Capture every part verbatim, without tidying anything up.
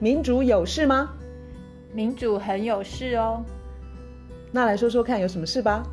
民主有事吗？ 民主很有事哦。 那来说说看有什么事吧。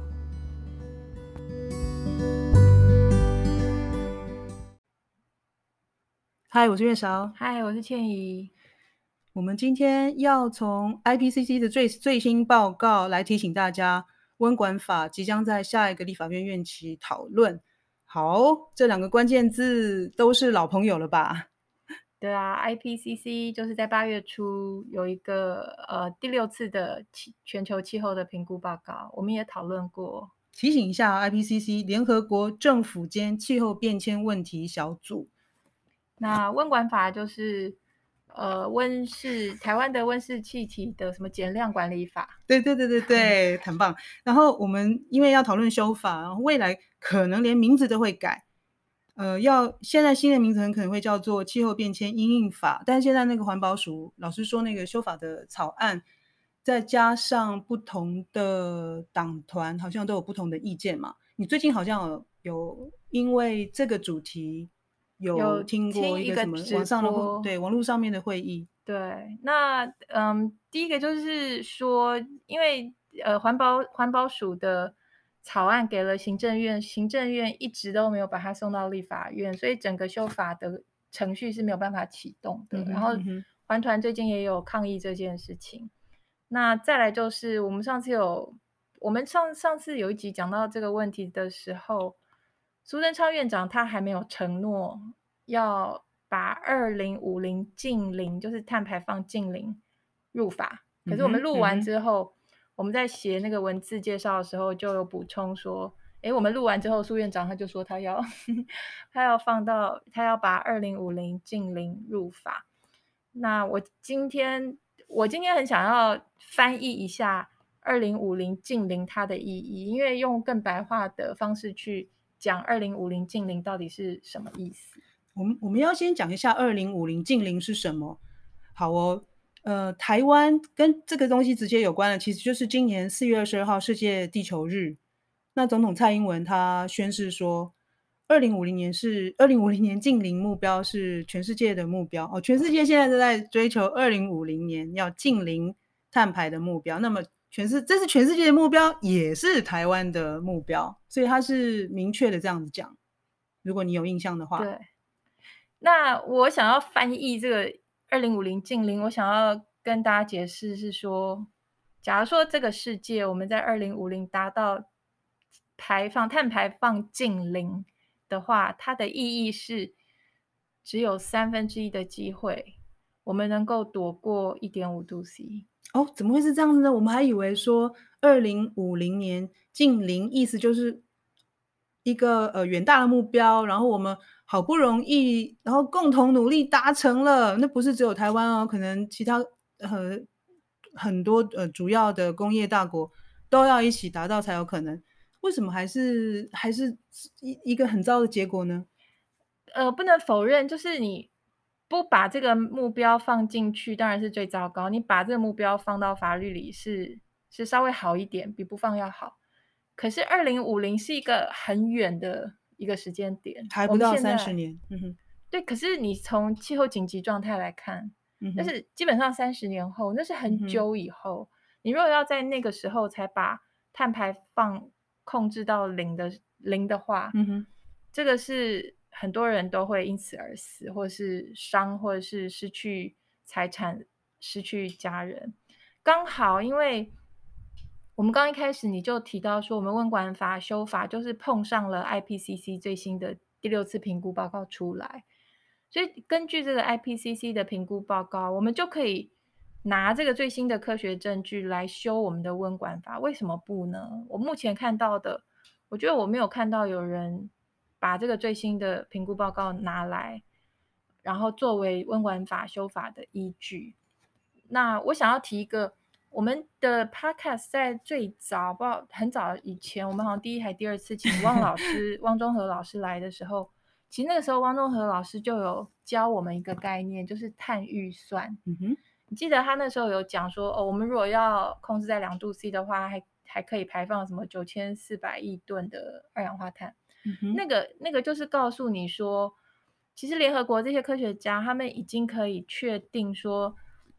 嗨，我是月韶。 嗨，我是倩怡。 我们今天要从 I P C C 的 最, 最新报告来提醒大家，温管法即将在下一个立法院院期讨论。好，这两个关键字都是老朋友了吧？ 对啊 I P C C 就是在八月初有一个呃第六次的全球气候的评估报告，我们也讨论过。 提醒一下 I P C C 联合国政府间气候变迁问题小组。 那温管法就是呃温室台湾的温室气体的什么减量管理法。 对对对对对，很棒。然后我们因为要讨论修法，然后未来可能连名字都会改。呃，要现在新的名字很可能会叫做气候变迁因应法，但现在那个环保署老师说那个修法的草案，再加上不同的党团好像都有不同的意见嘛。你最近好像有有因为这个主题有听过一个什么网上的对网络上面的会议？ 对，那嗯，第一个就是说，因为呃环保环保署的草案给了行政院，行政院一直都没有把它送到立法院，所以整个修法的程序是没有办法启动的。 嗯、 然后嗯、 环团最近也有抗议这件事情。那再来就是我们上次有我们上上次有一集讲到这个问题的时候，苏贞昌院长他还没有承诺要把二零五零净零，就是碳排放净零入法。可是我们录完之后，嗯、我们在写那个文字介绍的时候就有补充说，诶，我们录完之后，苏院长他就说他要他要放到他要把二零五零净零入法。那我今天我今天很想要翻译一下二零五零净零它的意义，因为用更白话的方式去讲二零五零净零到底是什么意思。 我们我们要先讲一下二零五零净零是什么。好哦，呃，台湾跟这个东西直接有关的，其实就是今年四月二十二号世界地球日。那总统蔡英文他宣示说，二零五零年是二零五零年净零目标是全世界的目标哦，全世界现在都在追求二零五零年要净零碳排的目标。那么全世这是全世界的目标，也是台湾的目标，所以他是明确的这样子讲。如果你有印象的话， 对。那我想要翻译这个二零五零净零，我想要跟大家解释是说，假如说这个世界我们在二零五零达到排放碳排放净零的话，它的意义是只有三分之一的机会，我们能够躲过 一点五度 C。 哦，怎么会是这样子呢？我们还以为说二零五零年净零，意思就是一个呃远大的目标，然后我们好不容易，然后共同努力达成了。那不是只有台湾哦，可能其他呃很多呃主要的工业大国都要一起达到才有可能。为什么还是还是一一个很糟的结果呢？ 呃，不能否认，就是你不把这个目标放进去，当然是最糟糕。你把这个目标放到法律里是是稍微好一点，比不放要好。可是二零五零是一个很远的一个时间点， 还不到三十年。嗯哼， 对，可是你从气候紧急状态来看， 嗯哼， 那是基本上三十年后，那是很久以后。嗯、你如果要在那个时候才把碳排放控制到零的零的话， 嗯哼， 这个是很多人都会因此而死，或是伤，或者是失去财产、失去家人。刚好因为我们刚一开始你就提到说，我们温管法修法就是碰上了 I P C C 最新的第六次评估报告出来，所以根据这个 I P C C 的评估报告，我们就可以拿这个最新的科学证据来修我们的温管法。为什么不呢？我目前看到的，我觉得我没有看到有人把这个最新的评估报告拿来，然后作为温管法修法的依据。那我想要提一个，我们的 podcast 在最早不知道很早以前，我们好像第一还第二次请汪老师汪中和老师来的时候，其实那个时候汪中和老师就有教我们一个概念，就是碳预算。 嗯哼， 你记得他那时候有讲说，哦，我们如果要控制在两度 C 的话，还还可以排放什么九千四百亿吨的二氧化碳。 嗯哼， 那个那个就是告诉你说，其实联合国这些科学家他们已经可以确定说，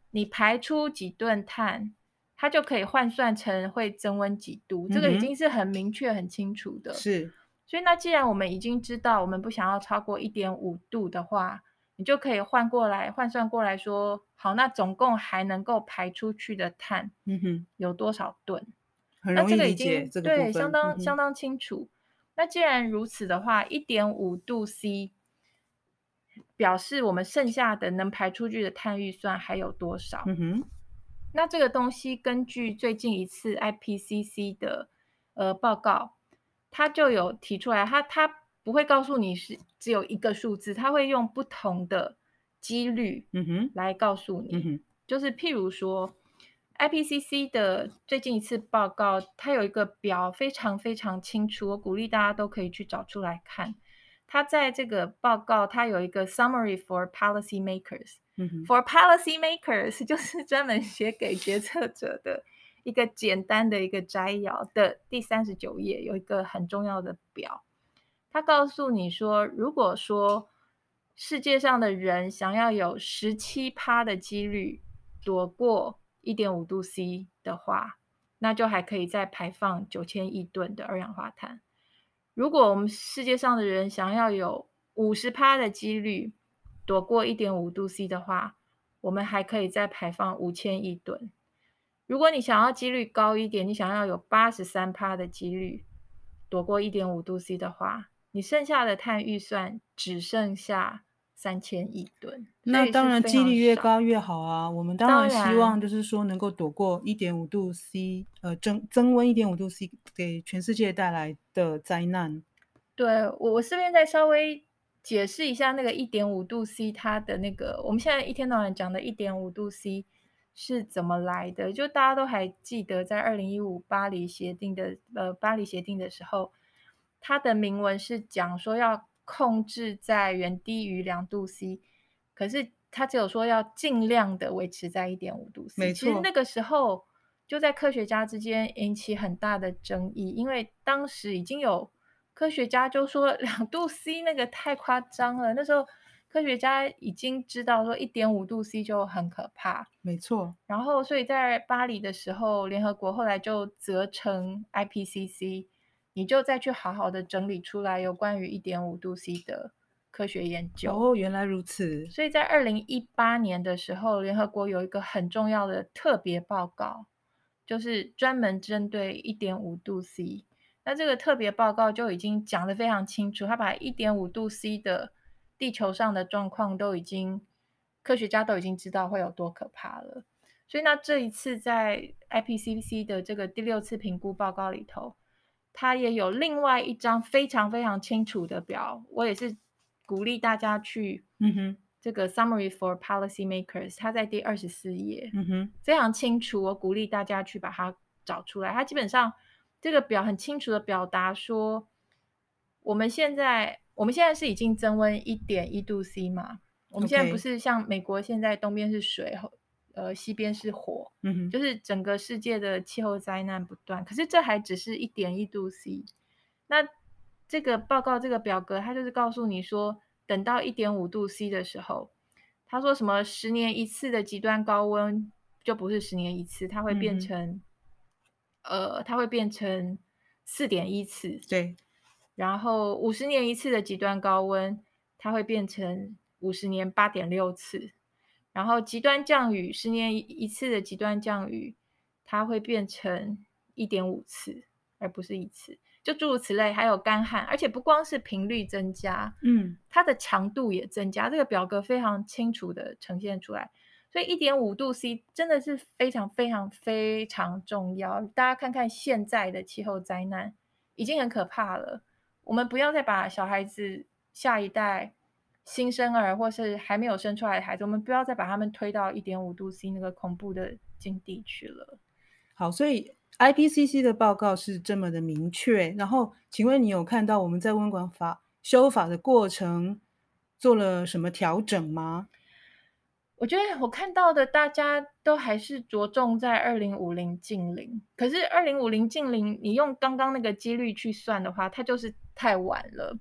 你排出几吨碳，它就可以换算成会增温几度，这个已经是很明确很清楚的。 是。 所以那既然我们已经知道我们不想要超过 一点五 度的话，你就可以换过来换算过来说，好，那总共还能够排出去的碳嗯哼， 有多少吨？ 很容易那这个已理解经对，相这个部分。嗯哼， 当相当清楚。那既然如此的话 ，一点五 度 C 表示我们剩下的能排出去的碳预算还有多少？ 嗯哼， 那这个东西根据最近一次 I P C C 的呃报告，它就有提出来，它它不会告诉你是只有一个数字，它会用不同的几率嗯哼， 来告诉你。 嗯哼， 就是譬如说，I P C C 的最近一次报告，它有一个表非常非常清楚，我鼓励大家都可以去找出来看。它在这个报告，它有一个 summary for policy makers。 嗯哼， For policy makers 就是专门写给决策者的一个简单的一个摘要的第三十九页有一个很重要的表，它告诉你说，如果说世界上的人想要有 百分之十七 的几率躲过 一点五 度 C 的话，那就还可以再排放九千亿吨的二氧化碳。如果我们世界上的人想要有 百分之五十 的几率躲过 一点五 度 C 的话，我们还可以再排放五千亿吨。如果你想要几率高一点，你想要有 百分之八十三 的几率躲过 一点五 度 C 的话，你剩下的碳预算只剩下三千亿吨，所以那当然是非常几率越高少。 越好啊。我们当当然希望然， 就是说能够躲过 一点五 度 C，呃，增增温 一点五 度 C 给全世界带来的灾难。 对，我我这边再稍微解释一下那个 一点五 度 C 它的那个我们现在一天到晚讲的 一点五 度 C 是怎么来的。就大家都还记得在二零一五巴黎协定的呃，巴黎协定的时候，它的明文是讲说要控制在远低于两度 C，可是它只有说要尽量的维持在 一点五 度 C。 没错。 其实那个时候就在科学家之间引起很大的争议，因为当时已经有科学家就说两度 C 那个太夸张了，那时候科学家已经知道说 一点五 度 C 就很可怕。 没错。 然后所以在巴黎的时候，联合国后来就责成 I P C C， 你就再去好好的整理出来有关于 一点五 度 C 的科学研究。 哦，原来如此。 所以在二零一八年的时候，联合国有一个很重要的特别报告，就是专门针对 一点五 度 C。那这个特别报告就已经讲得非常清楚，他把 一点五 度 C 的地球上的状况都已经科学家都已经知道会有多可怕了。所以那这一次在 I P C C 的这个第六次评估报告里头，它也有另外一张非常非常清楚的表，我也是鼓励大家去嗯哼， 这个 Summary for Policy Makers，它在第二十四页， 嗯哼， 非常清楚，我鼓励大家去把它找出来。它基本上这个表很清楚的表达说，我们现在我们现在是已经增温 一点一 度 C 嘛，我们现在不 OK。 是像美国现在东边是水，呃，西边是火， 嗯哼， 就是整个世界的气候灾难不断，可是这还只是 一点一 度 C。那这个报告这个表格，它就是告诉你说，等到 一点五 度 C 的时候，他说什么十年一次的极端高温就不是十年一次，它会变嗯哼， 成，呃，它会变成 四点一次。 对。 然后五十年一次的极端高温，它会变成五十年 八点六次。然后极端降雨，十年一次的极端降雨，它会变成 一点五次，而不是一次。就诸如此类，还有干旱，而且不光是频率增加， 嗯， 它的强度也增加。这个表格非常清楚的呈现出来。所以 一点五 度 C 真的是非常非常非常重要。大家看看现在的气候灾难已经很可怕了，我们不要再把小孩子下一代新生儿或是还没有生出来的孩子，我们不要再把他们推到 一点五 度 C 那个恐怖的境地去了。 好，所以 I P C C 的报告是这么的明确。然后，请问你有看到我们在温管法修法的过程做了什么调整吗？ 我觉得我看到的大家都还是着重在二零五零净零，可是二零五零净零，你用刚刚那个几率去算的话，它就是太晚了。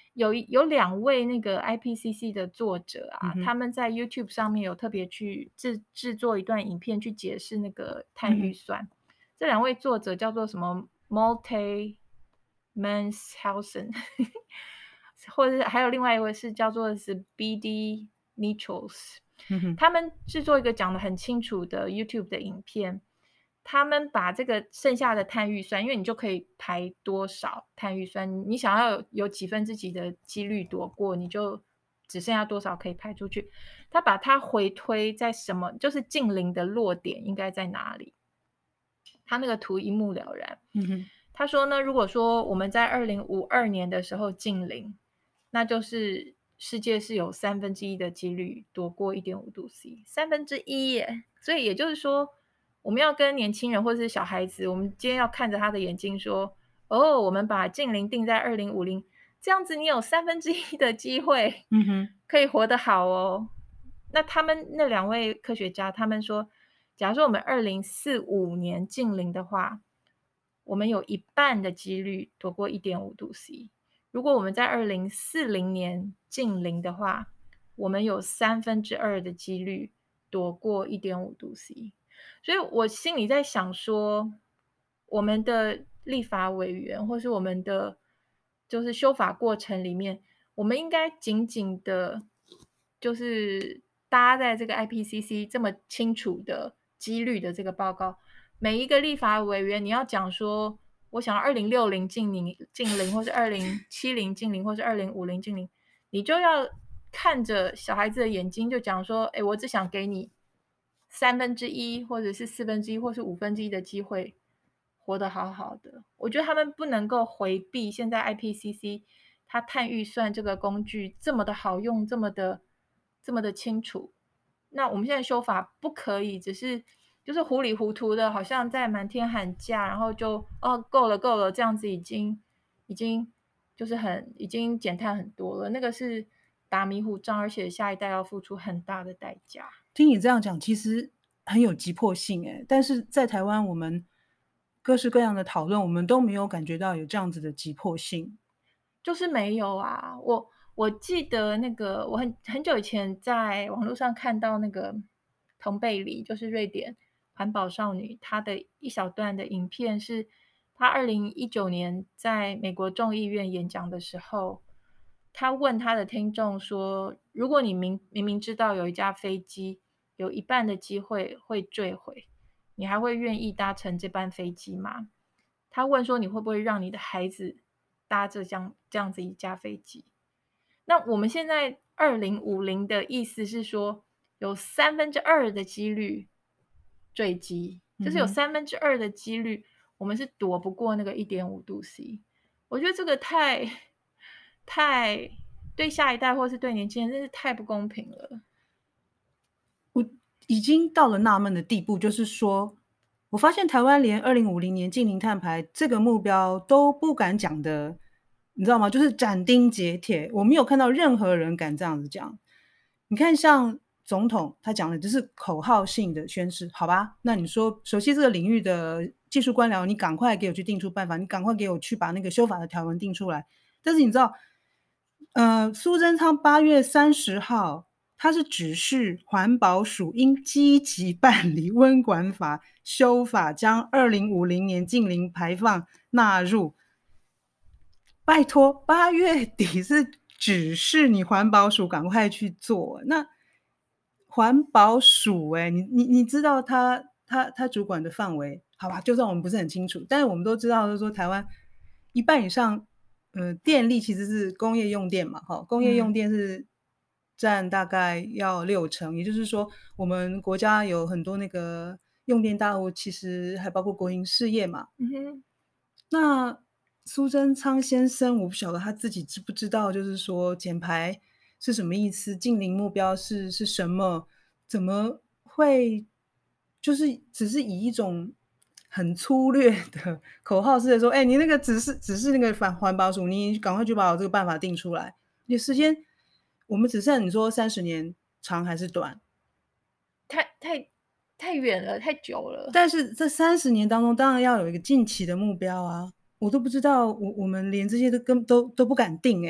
有一有两位那个 I P C C 的作者啊， 嗯哼， 他们在 YouTube 上面有特别去制制作一段影片去解释那个碳嗯哼， 预算。这两位作者叫做什么 Malte Manshausen，或者是还有另外一位是叫做是 B D Nichols， 嗯哼， 他们制作一个讲得很清楚的 YouTube 的影片，他们把这个剩下的碳预算，因为你就可以排多少碳预算，你想要有有几分之几的几率躲过，你就只剩下多少可以排出去。他把它回推在什么，就是近零的落点应该在哪里。他那个图一目了然。 嗯哼， 他说呢，如果说我们在二零五二年的时候近零，那就是世界是有三分之一的几率躲过一点五度 C，三分之一耶。所以也就是说，我们要跟年轻人或是小孩子，我们今天要看着他的眼睛说，哦，我们把近零定在二零五零，这样子你有三分之一的机会嗯哼， 可以活得好哦。那他们那两位科学家，他们说，假如说我们二零四五年近零的话，我们有一半的几率躲过一点五度 C。如果我们在二零四零年近零的话，我们有三分之二的几率躲过一点五度 C。所以我心里在想说，我们的立法委员或是我们的就是修法过程里面，我们应该紧紧的，就是搭在这个 I P C C 这么清楚的几率的这个报告，每一个立法委员你要讲说，我想要二零六零近零近零，或是二零七零近零，或是二零五零近零，你就要看着小孩子的眼睛，就讲说，哎，我只想给你三分之一，或者是四分之一，或是五分之一的机会，活得好好的。我觉得他们不能够回避现在 I P C C 它碳预算这个工具这么的好用，这么的这么的清楚。那我们现在修法不可以，只是就是糊里糊涂的，好像在满天喊价，然后就哦够了够了，这样子已经已经就是很已经减碳很多了。那个是打迷糊仗，而且下一代要付出很大的代价。 听你这样讲，其实很有急迫性诶，但是在台湾我们各式各样的讨论，我们都没有感觉到有这样子的急迫性。 就是没有啊，我我记得那个我很很久以前在网络上看到那个童贝里，就是瑞典环保少女，她的一小段的影片是她二零一九年在美国众议院演讲的时候，她问她的听众说：“如果你明明明知道有一架飞机有一半的机会会坠毁，你还会愿意搭乘这班飞机吗？”他问说：“你会不会让你的孩子搭这样这样子一架飞机？”那我们现在二零五零的意思是说，有三分之二的几率坠机，就是有嗯哼。 三分之二的几率，我们是躲不过那个一点五度 C。我觉得这个太太对下一代或是对年轻人真是太不公平了。 我已经到了纳闷的地步，就是说，我发现台湾连二零五零年净零碳排这个目标都不敢讲的，你知道吗？就是斩钉截铁，我没有看到任何人敢这样子讲。你看像总统他讲的只是口号性的宣誓，好吧，那你说熟悉这个领域的技术官僚，你赶快给我去定出办法，你赶快给我去把那个修法的条文定出来。但是你知道，呃，苏贞昌八月三十号他是指示环保署应积极办理温管法修法，将二零五零年净零排放纳入。拜托，八月底是指示你环保署赶快去做。那环保署、欸，你你你知道他他他主管的范围，好吧？就算我们不是很清楚，但是我们都知道，就是说台湾一半以上，呃，电力其实是工业用电嘛，哈，工业用嗯电是占大概要六成，也就是说，我们国家有很多那个用电大户，其实还包括国营事业嘛。 嗯哼。 那苏贞昌先生，我不晓得他自己知不知道，就是说减排是什么意思，净零目标是是什么？怎么会就是只是以一种很粗略的口号式的说，哎、你那个只是只是那个反环保署，你赶快去把我这个办法定出来。你时间我们只剩你说三十年长还是短？ 太太太远了，太久了。 但是这三十年当中，当然要有一个近期的目标啊，我都不知道，我我们连这些都跟都都不敢定欸。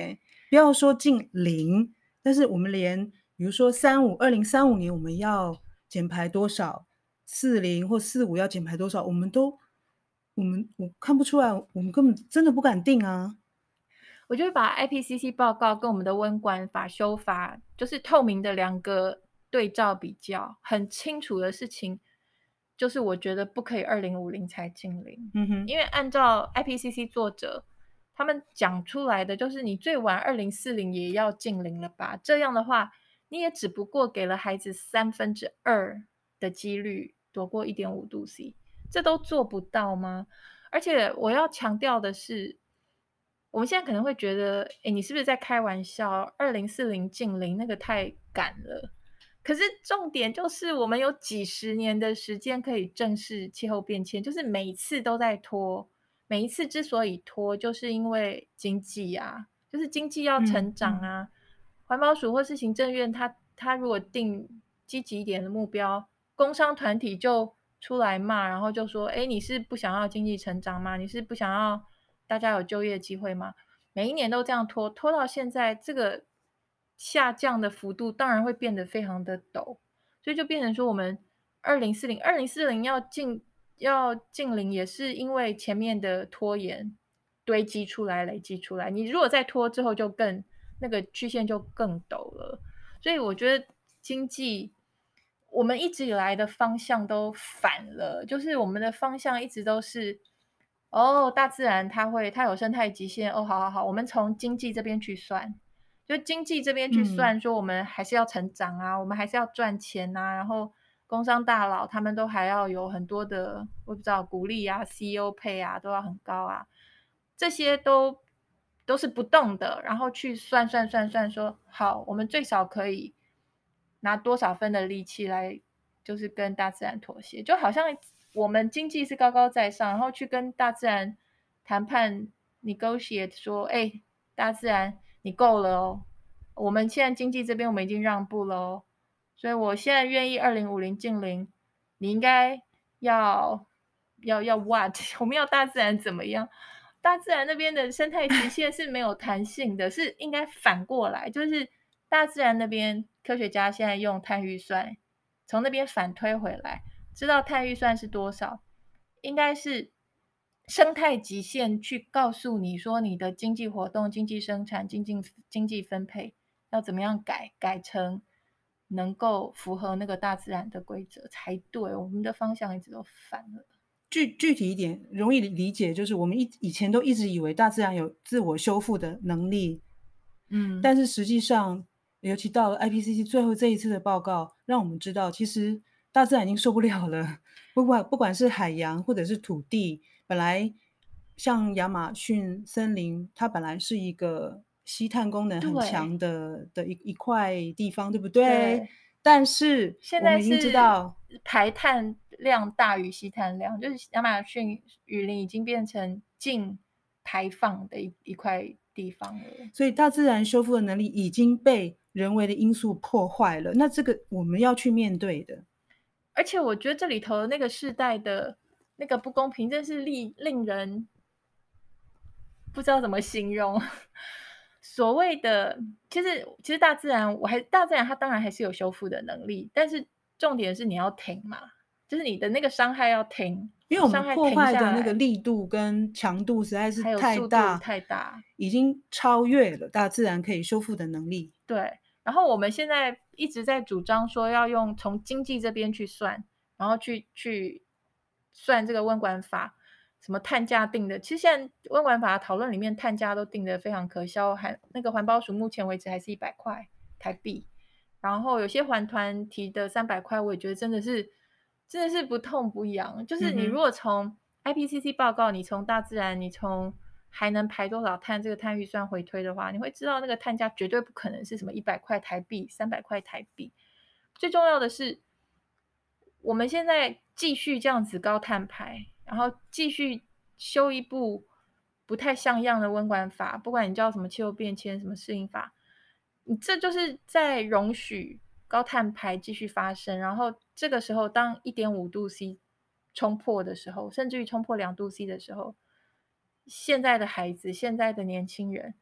不要说近零，但是我们连比如说三五二零三五年我们要减排多少，四零或四五要减排多少，我们都我们我看不出来，我们根本真的不敢定啊。 我就会把 I P C C 报告跟我们的温管法修法，就是透明的两个对照比较，很清楚的事情，就是我觉得不可以二零五零才净零。 嗯哼， 因为按照 I P C C 作者他们讲出来的，就是你最晚二零四零也要净零了吧？这样的话，你也只不过给了孩子三分之二的几率躲过一点五度 C，这都做不到吗？而且我要强调的是，我们现在可能会觉得，诶，你是不是在开玩笑二零四零净零那个太赶了。可是重点就是我们有几十年的时间可以正视气候变迁，就是每一次都在拖，每一次之所以拖，就是因为经济啊，就是经济要成嗯嗯长啊。环保署或是行政院，它它如果定积极一点的目标，工商团体就出来骂，然后就说：“诶，你是不想要经济成长吗？你是不想要大家有就业机会吗？”每一年都这样拖，拖到现在，这个下降的幅度当然会变得非常的陡，所以就变成说我们二零四零二零四零要进要近零，也是因为前面的拖延堆积出来、累积出来。你如果再拖之后，就更那个曲线就更陡了。所以我觉得经济我们一直以来的方向都反了，就是我们的方向一直都是，哦，大自然它会它有生态极限，哦，好好好，我们从经济这边去算，就经济这边去嗯， 算，说我们还是要成长啊，我们还是要赚钱呐、然后工商大佬他们都还要有很多的，我不知道鼓励啊，C E O 配啊都要很高啊，这些都都是不动的，然后去算算算算说，好，我们最少可以拿多少分的力气来，就是跟大自然妥协，就好像我们经济是高高在上，然后去跟大自然谈判 negotiate 说，哎，大自然你够了哦，我们现在经济这边我们已经让步了哦，所以我现在愿意二零五零净零，你应该要要要 what？我们要大自然怎么样？大自然那边的生态极限是没有弹性的，是应该反过来，就是大自然那边科学家现在用碳预算从那边反推回来，知道碳预算是多少，应该是生态极限去告诉你说你的经济活动、经济生产、经济经济分配要怎么样改，改成能够符合那个大自然的规则才对。我们的方向一直都反了。 具具体一点，容易理解，就是我们以以前都一直以为大自然有自我修复的能力， 嗯， 但是实际上，尤其到了 I P C C 最后这一次的报告，让我们知道，其实大自然已经受不了了。不管不管是海洋或者是土地，本来像亚马逊森林，它本来是一个吸碳功能很对强的的一一块地方，对不对？ 对。 但是现在我们已经知是道， 排碳量大于吸碳量，就是亚马逊雨林已经变成净排放的一一块地方了。 所以大自然修复的能力已经被人为的因素破坏了。那这个我们要去面对的。 而且我觉得这里头那个世代的那个不公平，真是令令人不知道怎么形容。所谓的，其实其实大自然，我还大自然它当然还是有修复的能力，但是重点是你要停嘛，就是你的那个伤害要停， 因为我们伤害停破坏的那个下来， 力度跟强度实在是还有速度太大， 太大。 已经超越了大自然可以修复的能力。 对，然后我们现在一直在主张说要用从经济这边去算，然后去去算这个温管法，什么碳价定的，其实现在温管法的讨论里面，碳价都定得非常可笑，还那个环保署目前为止还是一百块台币，然后有些环团提的三百块，我也觉得真的是真的是不痛不痒。就是你如嗯哼， 果从 I P C C 报告，你从大自然，你从还能排多少碳这个碳预算回推的话，你会知道那个碳价绝对不可能是什么一百块台币、三百块台币。最重要的是，我们现在继续这样子高碳排，然后继续修一部不太像样的温管法，不管你叫什么气候变迁、什么适应法，你这就是在容许高碳排继续发生。然后这个时候，当一点五度 C 冲破的时候，甚至于冲破两度 C 的时候，现在的孩子、现在的年轻人，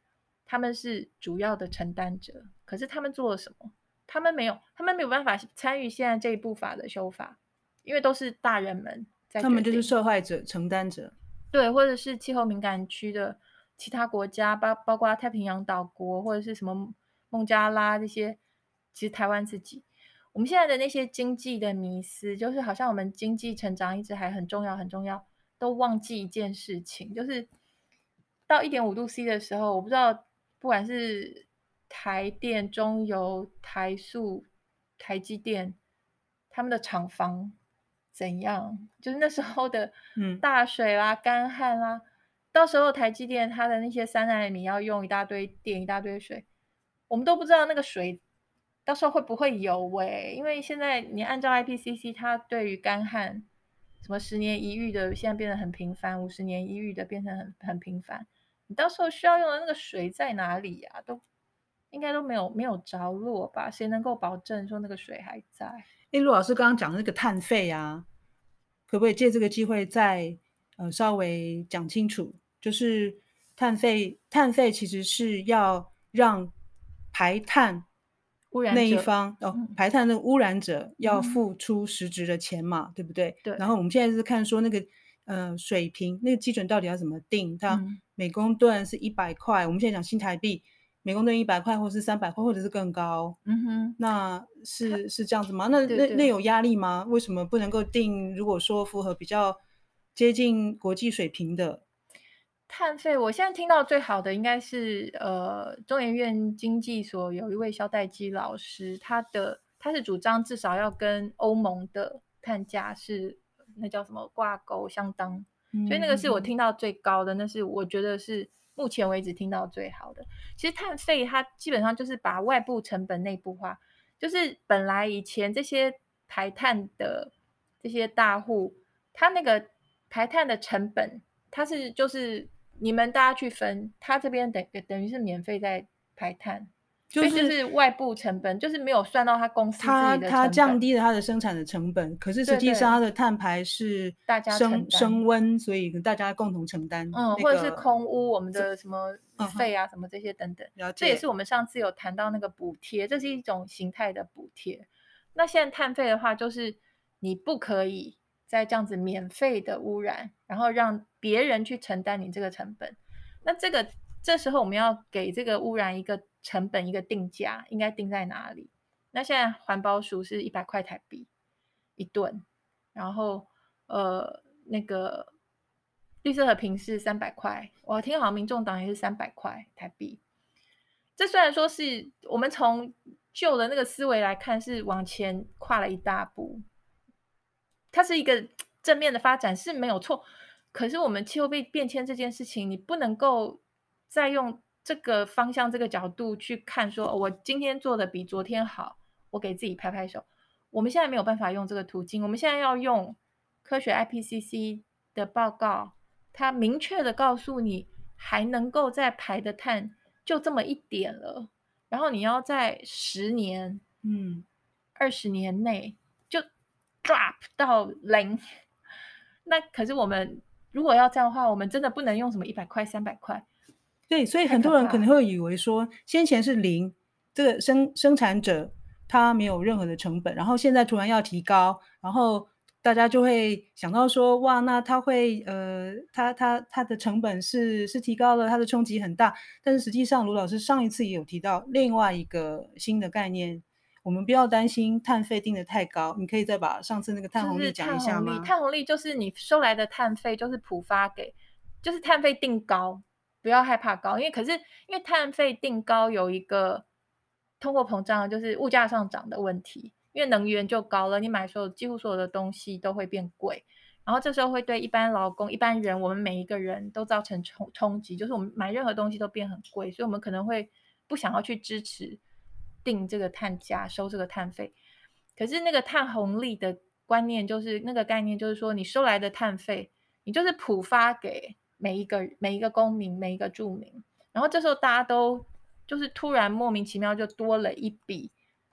他们是主要的承担者，可是他们做了什么？他们没有，他们没有办法参与现在这一部法的修法，因为都是大人们在他们就是决定。 受害者、承担者。 对，或者是气候敏感区的其他国家，包包括太平洋岛国或者是什么孟加拉这些，其实台湾自己，我们现在的那些经济的迷思，就是好像我们经济成长一直还很重要很重要，都忘记一件事情，就是到一点五度 C 的时候，我不知道不管是台电、中油、台塑、台积电，他们的厂房怎样？就是那时候的嗯大水啦、干旱啦，到时候台积电它的那些三奈米要用一大堆电、一大堆水，我们都不知道那个水到时候会不会有喂、因为现在你按照 I P C C，它对于干旱什么十年一遇的，现在变得很频繁，五十年一遇的变成很很频繁。你到时候需要用的那个水在哪里呀、都应该都没有没有着落吧？谁能够保证说那个水还在？ 诶，陆老师刚刚讲的那个碳费啊，可不可以借这个机会再呃稍微讲清楚？就是碳费，碳费其实是要让排碳那一污染者， 方哦， 嗯排碳的污染者要嗯， 付出实质的钱嘛，对不对？ 对， 然后我们现在是看说那个呃水平，那个基准到底要怎么定？它嗯每公吨是一百块，我们现在讲新台币，每公吨一百块，或是三百块，或者是更高。 嗯哼， 那是是这样子吗？那对对。 那那有压力吗？为什么不能够定？如果说符合比较接近国际水平的， 碳费，我现在听到最好的应该是呃，中研院经济所有一位肖代基老师，他的他是主张至少要跟欧盟的碳价是那叫什么挂钩相当，所以那个是我嗯嗯听到最高的，那是我觉得是目前为止听到最好的。其实碳费它基本上就是把外部成本内部化，就是本来以前这些排碳的这些大户，他那个排碳的成本，它是就是你们大家去分，他这边等等于是免费在排碳，所以就就是是外部成本，就是没有算到他公司自己的它它成本。 降低了它的生产的成本，可是实对际上它对， 的碳排是大家升承担。 升温，所以大家共同承担嗯，或者是那个。 空污，我们的什么嗯哼， 费啊，什么这些等等， 了解。 这也是我们上次有谈到那个补贴，这是一种形态的补贴。那现在碳费的话，就是你不可以再这样子免费的污染，然后让别人去承担你这个成本。那这个这时候我们要给这个污染一个成本，一个定价，应该定在哪里？那现在环保署是一百块台币一吨，然后呃那个绿色和平是三百块，我听好像民众党也是三百块台币。这虽然说是我们从旧的那个思维来看，是往前跨了一大步，它是一个正面的发展是没有错。可是我们气候变变迁这件事情，你不能够再用这个方向、这个角度去看说，哦我今天做的比昨天好，我给自己拍拍手。我们现在没有办法用这个途径，我们现在要用科学 I P C C 的报告，它明确的告诉你，还能够再排的碳就这么一点了，然后你要在十年、 嗯， 二十年内就 drop 到零。那可是我们如果要这样的话，我们真的不能用什么一百块、三百块， 对，所以太很多人可可怕了。 能会以为说，先前是零，这个生生产者他没有任何的成本，然后现在突然要提高，然后大家就会想到说，哇，那他会呃，他他他的成本是是提高了，它的冲击很大。但是实际上，卢老师上一次也有提到另外一个新的概念，我们不要担心碳费定得太高，你可以再把上次那个碳就是红利讲一下碳红利， 吗？ 碳红利就是你收来的碳费，就是普发给，就是碳费定高，不要害怕高，因为可是因为碳费定高有一个通货膨胀，就是物价上涨的问题，因为能源就高了，你买所有几乎所有的东西都会变贵，然后这时候会对一般劳工、一般人，我们每一个人都造成冲冲击，就是我们买任何东西都变很贵，所以我们可能会不想要去支持定这个碳价、收这个碳费。可是那个碳红利的观念，就是那个概念，就是说你收来的碳费，你就是普发给每一个每一个公民、每一个住民，然后这时候大家都就是突然莫名其妙就多了一笔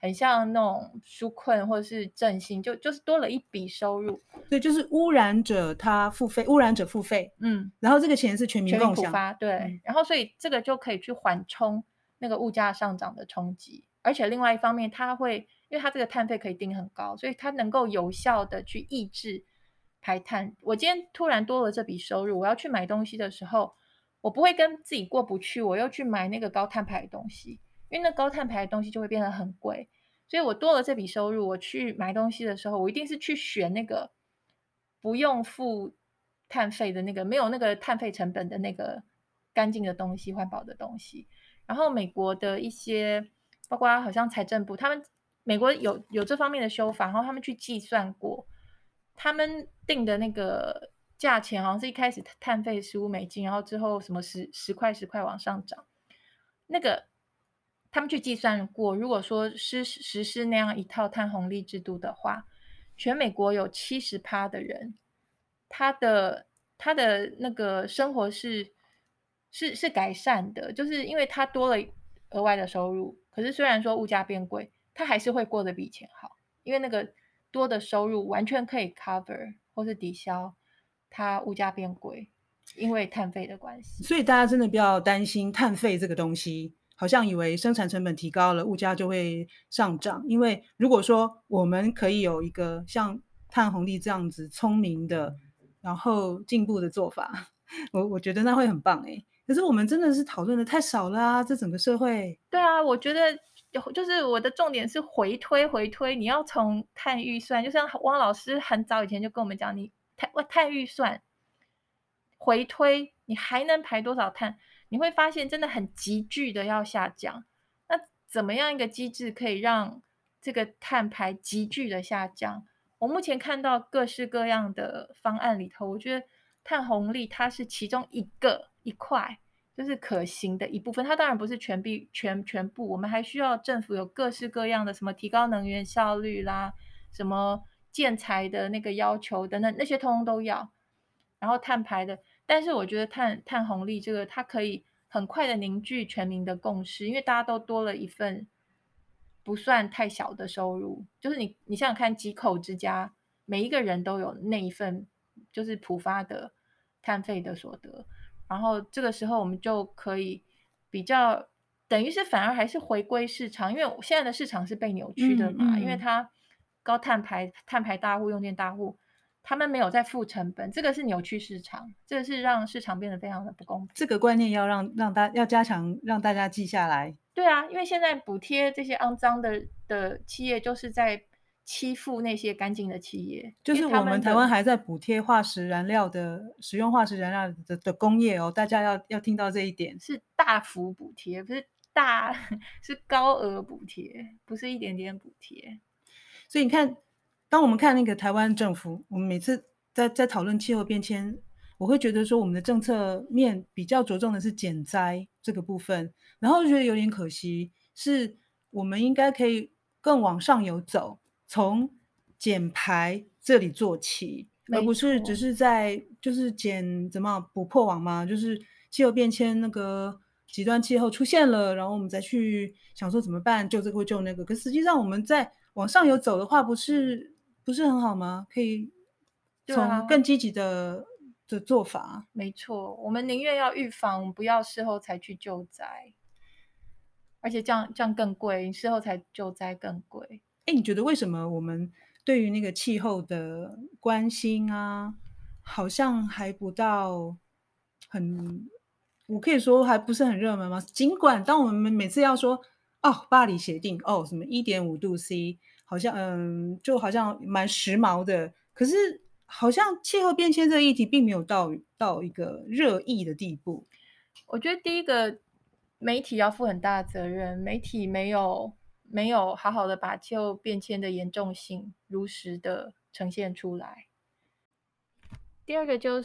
很像那种纾困或者是振兴，就就是多了一笔收入。 对，就是污染者他付费，污染者付费， 嗯， 然后这个钱是全民全民共享。 普发，对， 嗯然后所以这个就可以去缓冲那个物价上涨的冲击，而且另外一方面，它会因为它这个碳费可以定很高，所以它能够有效的去抑制排碳。我今天突然多了这笔收入，我要去买东西的时候，我不会跟自己过不去，我又去买那个高碳排的东西，因为那高碳排的东西就会变得很贵。所以我多了这笔收入，我去买东西的时候，我一定是去选那个不用付碳费的那个，没有那个碳费成本的那个干净的东西、环保的东西。然后美国的一些，包括好像财政部，他们美国有有这方面的修法，然后他们去计算过，他们定的那个价钱好像是一开始碳费十五美金，然后之后什么十十块十块往上涨。那个他们去计算过，如果说实实施那样一套碳红利制度的话，全美国有七十趴的人，他的他的那个生活是是是改善的，就是因为他多了额外的收入。可是虽然说物价变贵，他还是会过得比以前好，因为那个多的收入完全可以 cover 或是抵消它物价变贵，因为碳费的关系。 所以大家真的不要担心碳费这个东西，好像以为生产成本提高了，物价就会上涨。因为如果说我们可以有一个像碳红利这样子聪明的，然后进步的做法，我我觉得那会很棒诶。可是我们真的是讨论的太少了啊，这整个社会。 对啊，我觉得就是我的重点是回推回推，你要从碳预算，就像汪老师很早以前就跟我们讲，你碳碳预算回推，你还能排多少碳？你会发现真的很急剧的要下降。那怎么样一个机制可以让这个碳排急剧的下降？我目前看到各式各样的方案里头，我觉得碳红利它是其中一个一块，就是可行的一部分。它当然不是全必全全部，我们还需要政府有各式各样的什么提高能源效率啦，什么建材的那个要求等等，那些通通都要。然后碳排的，但是我觉得碳碳红利这个，它可以很快的凝聚全民的共识，因为大家都多了一份不算太小的收入。就是你你想想看，几口之家，每一个人都有那一份就是普发的碳费的所得，然后这个时候我们就可以比较，等于是反而还是回归市场，因为现在的市场是被扭曲的嘛， 嗯嗯因为它高碳排碳排大户、用电大户。他们没有在付成本，这个是扭曲市场，这个是让市场变得非常的不公平。 这个观念要让让大要加强，让大家记下来。 对啊，因为现在补贴这些肮脏的的企业，就是在欺负那些干净的企业。 就是我们台湾还在补贴化石燃料的使用化石燃料的的工业哦，大家要要听到这一点， 是大幅补贴，不是大是高额补贴，不是一点点补贴。 所以你看。当我们看那个台湾政府，我们每次在在讨论气候变迁，我会觉得说我们的政策面比较着重的是减灾这个部分，然后觉得有点可惜，是我们应该可以更往上游走，从减排这里做起，而不是只是在就是减怎么补破网嘛，就是气候变迁那个极端气候出现了，然后我们再去想说怎么办，救这个或救那个，可实际上我们在往上游走的话，不是不是很好吗？可以从更积极的、啊、的做法。 没错，我们宁愿要预防，不要事后才去救灾，而且这样这样更贵，事后才救灾更贵。 哎，你觉得为什么我们对于那个气候的关心啊，好像还不到很，我可以说还不是很热门吗？尽管当我们每次要说哦，巴黎协定哦，什么 一点五 度 C。好像嗯，就好像蛮时髦的，可是好像气候变迁这个议题并没有到到一个热议的地步。 我觉得第一个，媒体要负很大的责任，媒体没有没有好好的把气候变迁的严重性如实的呈现出来。第二个就是，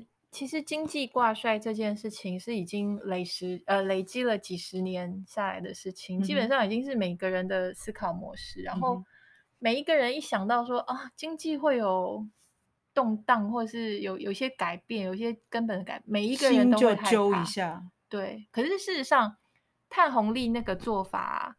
其实经济挂帅这件事情是已经累时呃累积了几十年下来的事情，嗯、基本上已经是每个人的思考模式。然后每一个人一想到说啊，经济会有动荡，或是有有一些改变，有一些根本的改变，每一个人都会害怕。 心就揪一下。 对，可是事实上，碳红利那个做法、啊，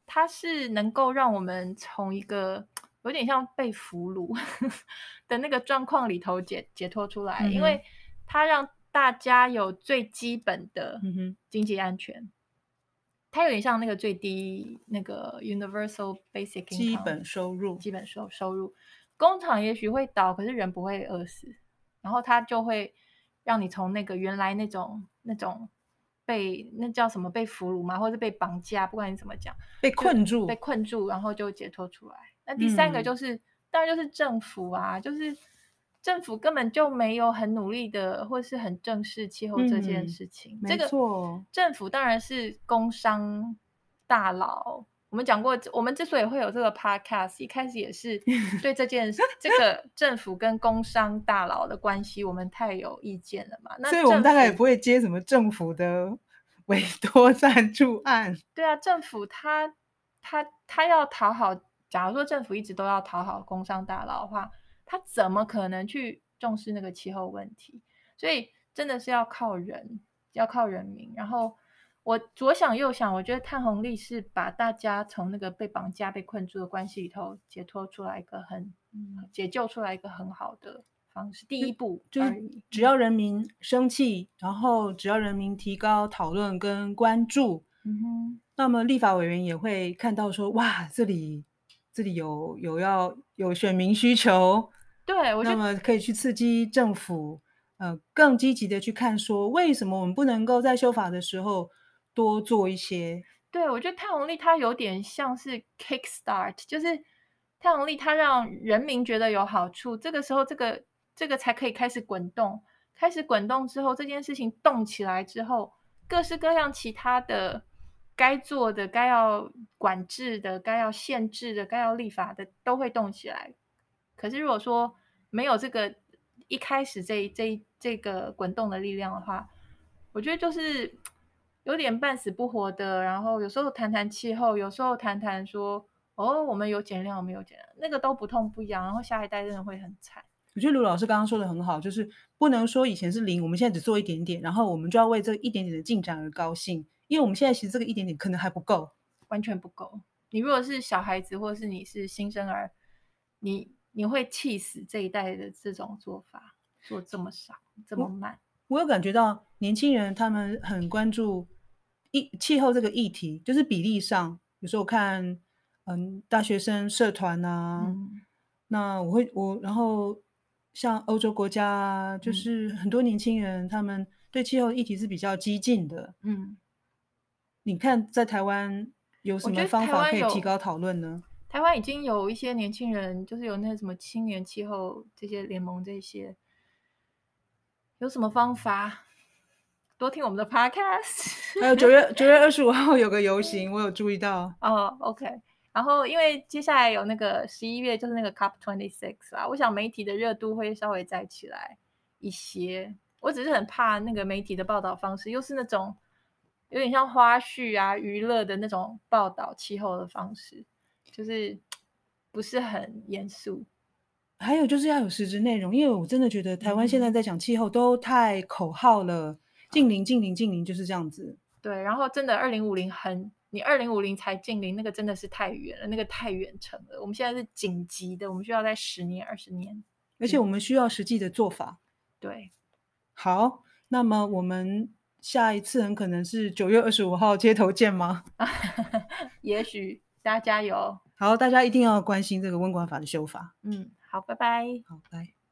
它是能够让我们从一个有点像被俘虏的那个状况里头解解脱出来， 嗯因为哼， 它让大家有最基本的嗯哼， 经济安全。它有点像那个最低那个 universal basic 基 income 本收入， 基本收收入。工厂也许会倒，可是人不会饿死，然后它就会让你从那个原来那种那种被那叫什么被俘虏嘛，或者被绑架，不管你怎么讲， 被就被困住， 困住，然后就解脱出来。那第三个嗯就是，当然就是政府啊，就是政府根本就没有很努力的，或是很正视气候这件嗯， 事情。这没个错， 政府当然是工商大佬。我们讲过，我们之所以会有这个 podcast，一开始也是对这件这个政府跟工商大佬的关系，我们太有意见了嘛。那所以我们政府大概也不会接什么政府的委托赞助案。 对啊，政府他他他要讨好，假如说政府一直都要讨好工商大佬的话，他怎么可能去重视那个气候问题？所以真的是要靠人，要靠人民。然后我左想右想，我觉得碳红利是把大家从那个被绑架、被困住的关系里头解脱出来一个很解救出来一个很好的方式，第一步就是而已。 只要人民生气，然后只要人民提高讨论跟关注， 嗯哼， 那么立法委员也会看到说，哇，这里这里有有要有选民需求， 对，我觉得那么可以去刺激政府，呃，更积极的去看说，为什么我们不能够在修法的时候多做一些？ 对，我觉得碳红利它有点像是 kickstart，就是碳红利它让人民觉得有好处，这个时候这个这个才可以开始滚动，开始滚动之后，这件事情动起来之后，各式各样其他的该做的、该要管制的、该要限制的、该要立法的都会动起来。可是如果说没有这个一开始这这这个滚动的力量的话，我觉得就是有点半死不活的。然后有时候谈谈气候，有时候谈谈说哦，我们有减量，我们有减量，那个都不痛不痒，然后下一代真的会很惨。 我觉得卢老师刚刚说的很好，就是不能说以前是零，我们现在只做一点点，然后我们就要为这一点点的进展而高兴，因为我们现在其实这个一点点可能还不够。 完全不够。你如果是小孩子，或是你是新生儿，你你会气死这一代的这种做法，做这么少，这么慢。 我有感觉到年轻人他们很关注议气候这个议题，就是比例上，有时候看嗯大学生社团啊， 嗯那我会我然后像欧洲国家啊，就嗯是很多年轻人他们对气候议题是比较激进的。 嗯， 你看在台湾有什我觉得台么方法可湾有以提高讨论呢？ 台湾已经有一些年轻人，就是有那什么青年气候这些联盟这些，有什么方法？多听我们的 podcast。 还有九月九月二十五号有个游行，我有注意到。 哦，OK。然后因为接下来有那个十一月就是那个 C O P twenty-six 啊，我想媒体的热度会稍微再起来一些。我只是很怕那个媒体的报道方式，又是那种有点像花絮啊、娱乐的那种报道气候的方式，就是不是很严肃。 还有就是要有实质内容，因为我真的觉得台湾现在嗯， 在讲气候都太口号了，近零近零近零就是这样子。 对。然后真的二零五零很，你二零五零才近零，那个真的是太远了，那个太远程了。我们现在是紧急的，我们需要在十年、二十年。 而且我们需要实际的做法。 对， 好，那么我们下一次很可能是九月二十五号街头见吗？ 也许大家加油。 好，大家一定要关心这个温管法的修法。 嗯，好，拜拜。 好，拜。